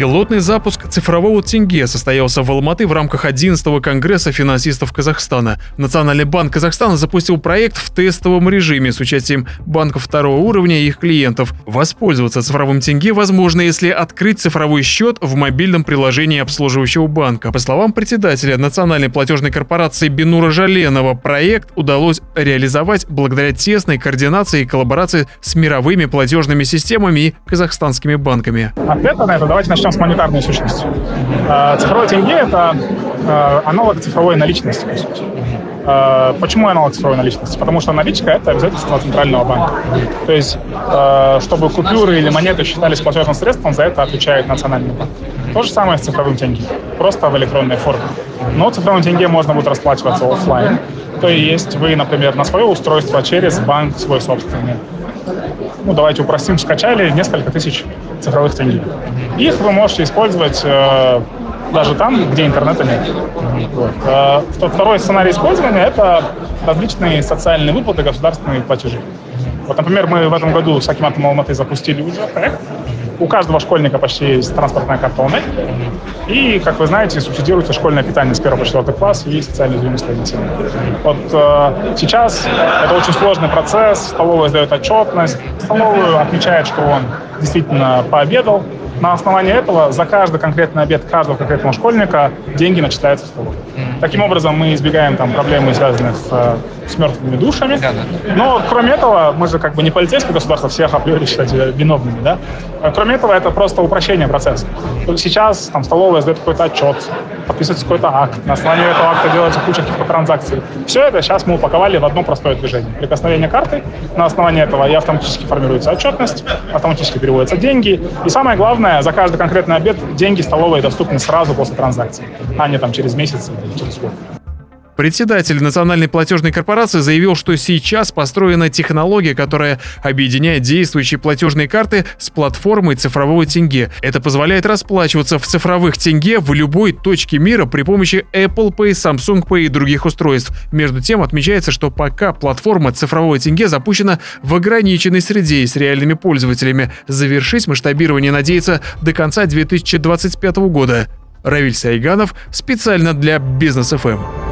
Пилотный запуск цифрового тенге состоялся в Алматы в рамках 11-го конгресса финансистов Казахстана. Национальный банк Казахстана запустил проект в тестовом режиме с участием банков второго уровня и их клиентов. Воспользоваться цифровым тенге возможно, если открыть цифровой счет в мобильном приложении обслуживающего банка. По словам председателя Национальной платежной корпорации Бинура Жаленова, проект удалось реализовать благодаря тесной координации и коллаборации с мировыми платежными системами и казахстанскими банками. Ответ на это давайте начнем с монетарной сущности. Цифровой тенге — это аналог цифровой наличности, по сути. Почему аналог цифровой наличности? Потому что наличка — это обязательство центрального банка. То есть, чтобы купюры или монеты считались платежным средством, за это отвечает национальный банк. То же самое с цифровым тенге, просто в электронной форме. Но цифровым тенге можно будет расплачиваться офлайн. То есть вы, например, на свое устройство через банк свой собственный. Давайте упростим, скачали несколько тысяч цифровых тенге. Их вы можете использовать даже там, где интернета нет. Второй сценарий использования — это различные социальные выплаты, государственные платежи. Например, мы в этом году с Акиматом Алматы запустили уже проект. У каждого школьника почти есть транспортная карта ОНЭ. И, как вы знаете, субсидируется школьное питание с 1 по 4 класс и социальные уязвимые населения. Сейчас это очень сложный процесс. Столовая сдает отчетность. Столовую отмечает, что он действительно пообедал. На основании этого за каждый конкретный обед каждого конкретного школьника деньги начисляются в столовую. Таким образом, мы избегаем проблем, связанных с мертвыми душами. Но, кроме этого, мы же не полицейское государство, всех априори считать виновными. Да? Кроме этого, это просто упрощение процесса. Сейчас столовая сдает какой-то отчет, подписывается какой-то акт. На основании этого акта делается куча каких-то транзакций. Все это сейчас мы упаковали в одно простое движение. Прикосновение карты. На основании этого и автоматически формируется отчетность, автоматически переводятся деньги. И самое главное, за каждый конкретный обед деньги столовой доступны сразу после транзакции, а не через месяц или через год. Председатель Национальной платежной корпорации заявил, что сейчас построена технология, которая объединяет действующие платежные карты с платформой цифрового тенге. Это позволяет расплачиваться в цифровых тенге в любой точке мира при помощи Apple Pay, Samsung Pay и других устройств. Между тем, отмечается, что пока платформа цифрового тенге запущена в ограниченной среде и с реальными пользователями. Завершить масштабирование надеется до конца 2025 года. Равиль Сайганов специально для Бизнес ФМ.